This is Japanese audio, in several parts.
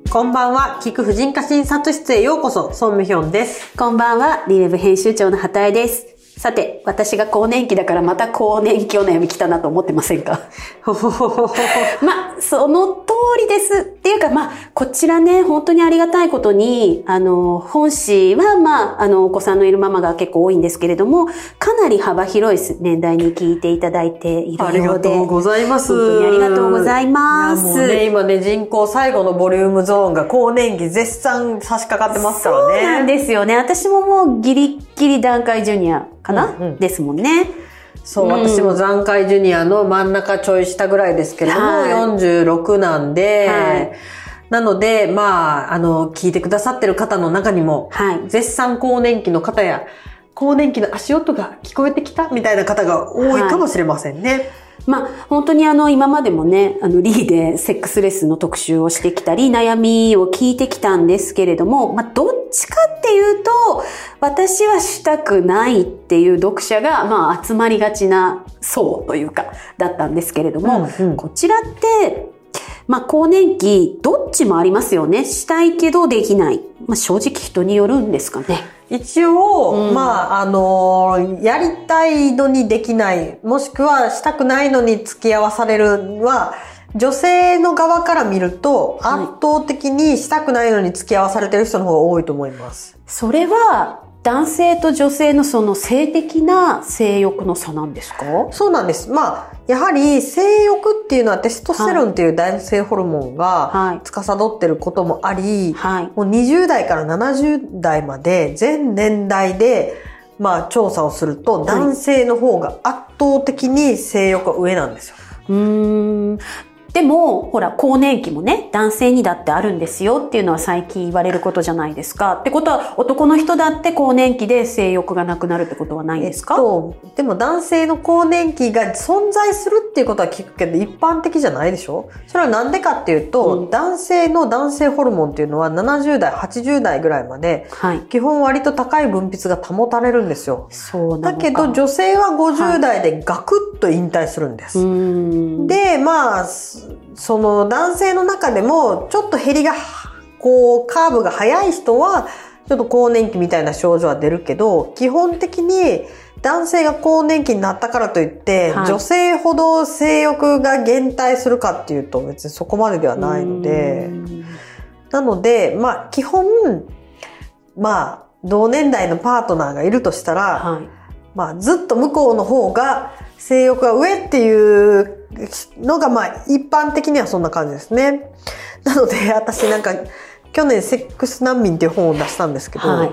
こんばんは、聞く婦人科診察室へようこそ、ソンミヒョンです。 こんばんは、リレブ編集長の畑江です。さて、私が更年期だからまた更年期お悩み来たなと思ってませんか？その通りです。っていうか、こちらね、本当にありがたいことに、本誌は、お子さんのいるママが結構多いんですけれども、かなり幅広い年代に聞いていただいているようで。 ありがとうございます。 本当にありがとうございます。 いやもうね、今ね、人口最後のボリュームゾーンが更年期絶賛差し掛かってますからね。 そうなんですよね。私ももうギリギリ段階ジュニアかな、ですもんね。 そう、私も段階ジュニアの真ん中ちょい下ぐらいですけれども、46なんで、なので、聞いてくださってる方の中にも、絶賛更年期の方や、更年期の足音が聞こえてきたみたいな方が多いかもしれませんね。 本当に今までもね、リーでセックスレスの特集をしてきたり、悩みを聞いてきたんですけれども、どっちかっていうと、私はしたくないっていう読者が、集まりがちな層というか、だったんですけれども、こちらって、更年期、どっちもありますよね。したいけどできない。正直人によるんですかね。 一応、やりたいのにできない、もしくはしたくないのに付き合わされるは、女性の側から見ると、圧倒的にしたくないのに付き合わされてる人の方が多いと思います。 それは、男性と女性のその性的な性欲の差なんですか？ そうなんです。やはり性欲っていうのはテストステロンっていう男性ホルモンが司ってることもあり、もう20代から70代まで全年代で調査をすると男性の方が圧倒的に性欲が上なんですよ。 でも、ほら、更年期もね、男性にだってあるんですよっていうのは最近言われることじゃないですか。ってことは、男の人だって更年期で性欲がなくなるってことはないんですか？ でも男性の更年期が存在するっていうことは聞くけど、一般的じゃないでしょ？それはなんでかっていうと、男性の男性ホルモンっていうのは70代、80代ぐらいまで、基本割と高い分泌が保たれるんですよ。だけど女性は50代でガクッと引退するんです。で、その男性の中でもちょっと減りがカーブが速い人はちょっと更年期みたいな症状は出るけど、基本的に男性が更年期になったからといって、女性ほど性欲が減退するかっていうと別にそこまでではないので、なので基本同年代のパートナーがいるとしたら、ずっと向こうの方が性欲が上っていうのが一般的にはそんな感じですね。なので私去年セックス難民っていう本を出したんですけど、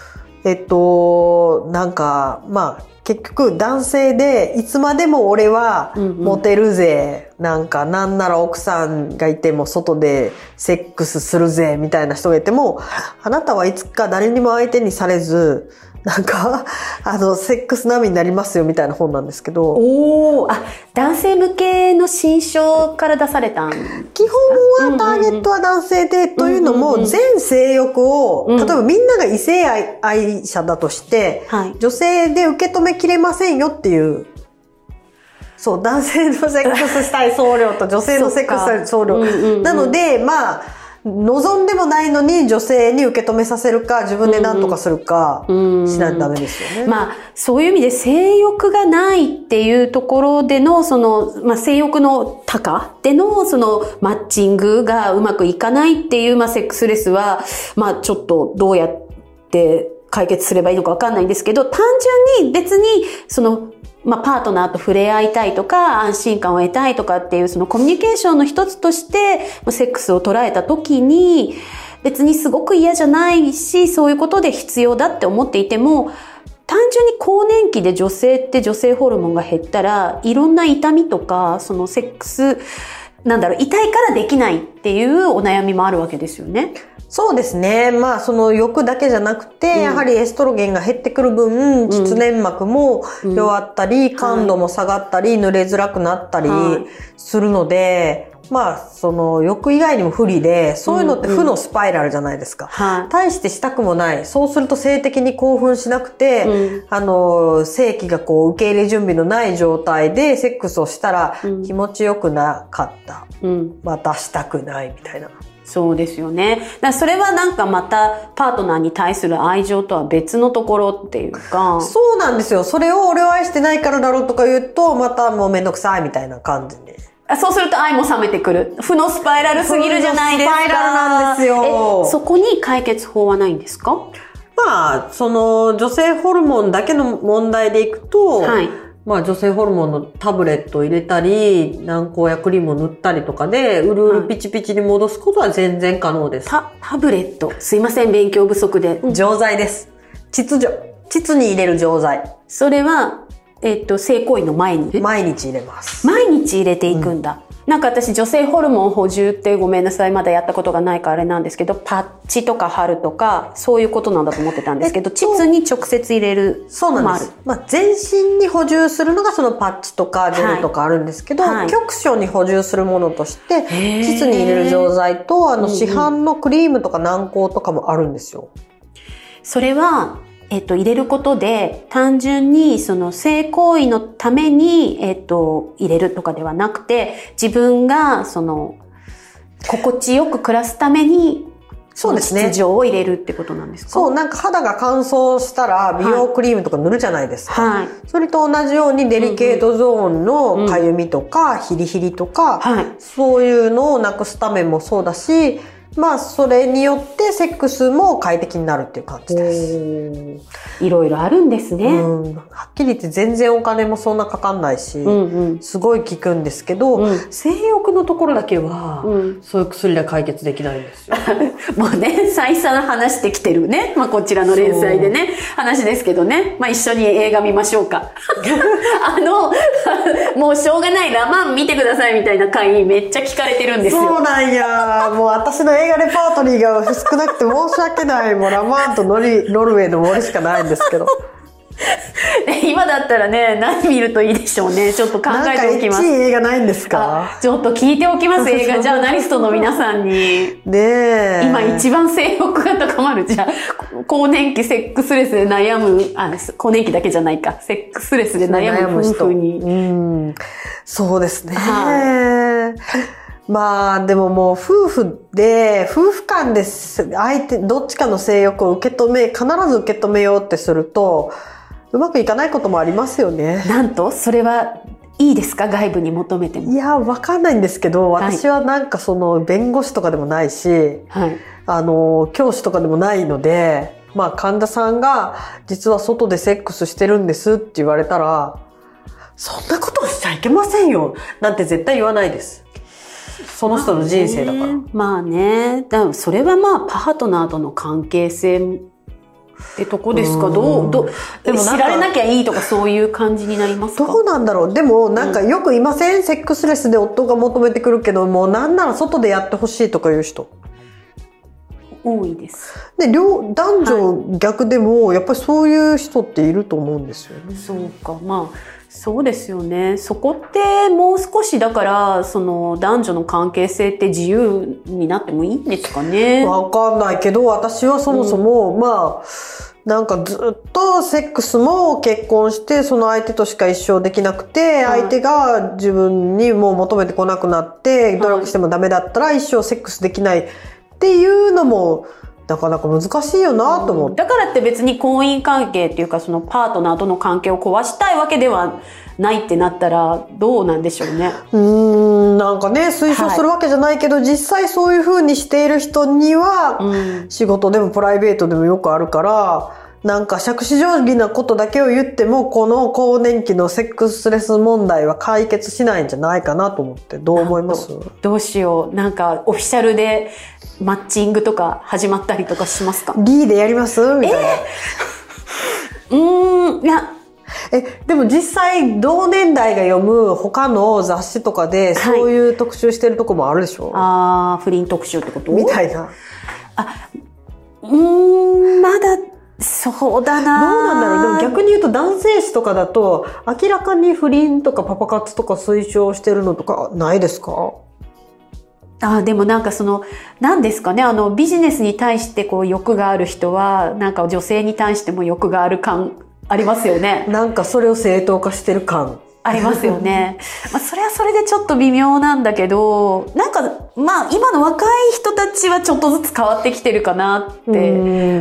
結局男性でいつまでも俺はモテるぜ、なんなら奥さんがいても外でセックスするぜみたいな人がいても、あなたはいつか誰にも相手にされずセックス並みになりますよみたいな本なんですけど。 男性向けの新書から出されたんですか？ 基本はターゲットは男性で、というのも全性欲を、例えばみんなが異性愛者だとして、女性で受け止めきれませんよっていう、男性のセックスしたい総量と女性のセックスしたい総量。なので、望んでもないのに女性に受け止めさせるか自分で何とかするかしないとダメですよね。 そういう意味で性欲がないっていうところでの性欲の高でのマッチングがうまくいかないっていうセックスレスはちょっとどうやって解決すればいいのかわかんないんですけど、単純に別にパートナーと触れ合いたいとか安心感を得たいとかっていうコミュニケーションの一つとしてセックスを捉えた時に別にすごく嫌じゃないし、そういうことで必要だって思っていても、単純に更年期で女性って女性ホルモンが減ったらいろんな痛みとかセックス痛いからできないっていうお悩みもあるわけですよね。 そうですね。欲だけじゃなくて、やはりエストロゲンが減ってくる分、膣粘膜も弱ったり、感度も下がったり、濡れづらくなったりするので、 まあ、その欲以外にも不利で、そういうのって負のスパイラルじゃないですか。大してしたくもない。そうすると性的に興奮しなくて、性器がこう受け入れ準備のない状態でセックスをしたら気持ちよくなかった。またしたくないみたいな。 そうですよね。だからそれはなんかまたパートナーに対する愛情とは別のところっていうか。 そうなんですよ。それを俺を愛してないからだろうとか言うと、またもうめんどくさいみたいな感じで。 そうすると愛も冷めてくる。負のスパイラルすぎるじゃないですか。 スパイラルなんですよ。 そこに解決法はないんですか？ まあ、その女性ホルモンだけの問題でいくと、はい、まあ女性ホルモンのタブレットを入れたり、軟膏やクリームを塗ったりとかで、うるうるピチピチに戻すことは全然可能です。 タブレット。すいません、勉強不足で。 錠剤です。膣に入れる錠剤。 それは、性行為の前に毎日入れます。 毎日入れていくんだ。なんか私女性ホルモン補充ってごめんなさい、まだやったことがないからあれなんですけど、パッチとか貼るとか、そういうことなんだと思ってたんですけど、膣に直接入れる。 そうなんです。まあ、全身に補充するのがそのパッチとかジェルとかあるんですけど、局所に補充するものとして、膣に入れる錠剤と、市販のクリームとか軟膏とかもあるんですよ。 それは、入れることで、単純にその性行為のために、入れるとかではなくて、自分がその、心地よく暮らすために、 そうですね。 膣錠を入れるってことなんですか？ そう、なんか肌が乾燥したら美容クリームとか塗るじゃないですか。はい。それと同じようにデリケートゾーンのかゆみとか、ヒリヒリとか、そういうのをなくすためもそうだし、まあ、それによってセックスも快適になるっていう感じです。 いろいろあるんですね。 はっきり言って全然お金もそんなかかんないし、すごい効くんですけど、性欲のところだけは、そういう薬では解決できないんですよ。 もうね、再三話してきてるね。まあ、こちらの連載でね、話ですけどね。まあ、一緒に映画見ましょうか。もうしょうがないラマン見てくださいみたいな回めっちゃ聞かれてるんですよ。 そうなんや。もう私の映画レパートリーが少なくて申し訳ない。もうラマンとノルウェーの森しかないんですけど。 今だったらね、何見るといいでしょうね。ちょっと考えておきます。 なんかいい映画ないんですか？ ちょっと聞いておきます。映画ジャーナリストの皆さんに。 ねえ。 今一番性欲が高まる。じゃあ、更年期セックスレスで悩む、更年期だけじゃないか。セックスレスで悩む夫婦に。 そうですね。まあでももう夫婦間でどっちかの性欲を必ず受け止めようってするとうまくいかないこともありますよね。 なんとそれはいいですか？外部に求めても。 いやわかんないんですけど、私はなんかその弁護士とかでもないし、教師とかでもないので、まあ患者さんが実は外でセックスしてるんですって言われたら、そんなことしちゃいけませんよなんて絶対言わないです。その人の人生だから。 まあね。だからそれはまあパートナーとの関係性ってとこですか？でも知られなきゃいいとかそういう感じになりますか？ どうなんだろう。でもなんかよくいません？セックスレスで夫が求めてくるけど、もうなんなら外でやってほしいとかいう人。 多いです。 で、男女逆でもやっぱりそういう人っていると思うんですよね。 そうか。まあそうですよね。そこってもう少しだからその男女の関係性って自由になってもいいんですかね。 わかんないけど、私はそもそも、まあなんかずっとセックスも結婚してその相手としか一生できなくて、相手が自分にもう求めてこなくなって努力してもダメだったら一生セックスできないっていうのもなかなか難しいよなと思って、 だからって別に婚姻関係っていうかそのパートナーとの関係を壊したいわけではないってなったらどうなんでしょうね。 なんかね推奨するわけじゃないけど、実際そういう風にしている人には、仕事でもプライベートでもよくあるから、なんか杓子定規なことだけを言ってもこの更年期のセックスレス問題は解決しないんじゃないかなと思って。どう思います？ どうしよう。なんかオフィシャルでマッチングとか始まったりとかしますか？ リーでやりますみたいな。 いやでも実際同年代が読む他の雑誌とかでそういう特集してるとこもあるでしょ？ 不倫特集ってことみたいな。 まだそうだな。 どうなんだろう。でも逆に言うと男性誌とかだと明らかに不倫とかパパ活とか推奨してるのとかないですか？ でもなんか何ですかね、ビジネスに対してこう欲がある人は、なんか女性に対しても欲がある感ありますよね。 なんかそれを正当化してる感。 ありますよね。それはそれでちょっと微妙なんだけど、なんか、今の若い人たちはちょっとずつ変わってきてるかなって。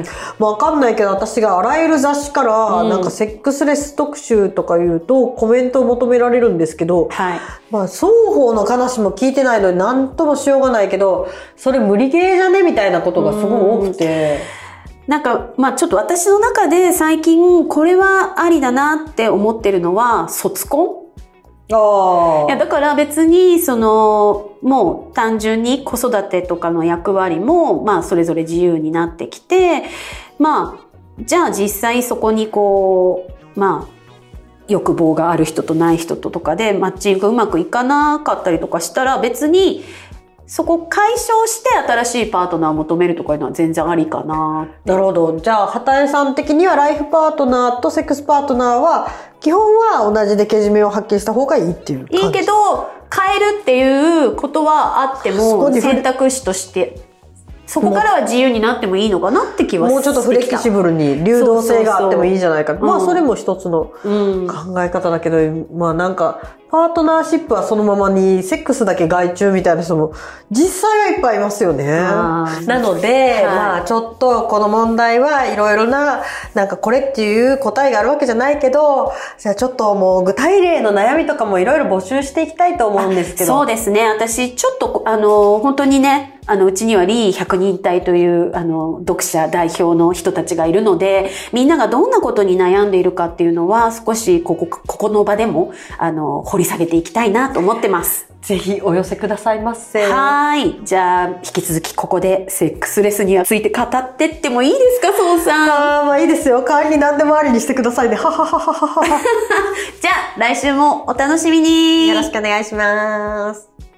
わかんないけど、私があらゆる雑誌から、なんかセックスレス特集とか言うと、コメントを求められるんですけど、 はい。 双方の話も聞いてないのに何ともしようがないけど、それ無理ゲーじゃねみたいなことがすごい多くて。 なんか、ちょっと私の中で最近これはありだなって思ってるのは、卒婚？いや、だから別に、もう単純に子育てとかの役割も、それぞれ自由になってきて、じゃあ実際そこにこう、欲望がある人とない人とかでマッチングうまくいかなかったりとかしたら、別に、そこ解消して新しいパートナーを求めるとかいうのは全然ありかな。 なるほど。じゃあ、畑江さん的にはライフパートナーとセックスパートナーは、基本は同じでけじめを発揮した方がいいっていう感じ。 いいけど、変えるっていうことはあっても、選択肢として、そこからは自由になってもいいのかなって気はしてきた。 もうちょっとフレキシブルに流動性があってもいいじゃないか。それも一つの考え方だけど、なんか、パートナーシップはそのままに、セックスだけ外注みたいな人も実際はいっぱいいますよね。なので、ちょっとこの問題はいろいろな、なんかこれっていう答えがあるわけじゃないけど、じゃあちょっともう具体例の悩みとかもいろいろ募集していきたいと思うんですけど。 そうですね。私、ちょっと、本当にね、うちにはリー100人隊という、読者代表の人たちがいるので、みんながどんなことに悩んでいるかっていうのは、少しここの場でも、掘り下げていきたいなと思ってます。 ぜひお寄せくださいませ。 はい。じゃあ、引き続きここでセックスレスについて語ってってもいいですか、そうさん。 いいですよ。代わりに何でもありにしてくださいね。はははははは。 じゃあ、来週もお楽しみに。 よろしくお願いします。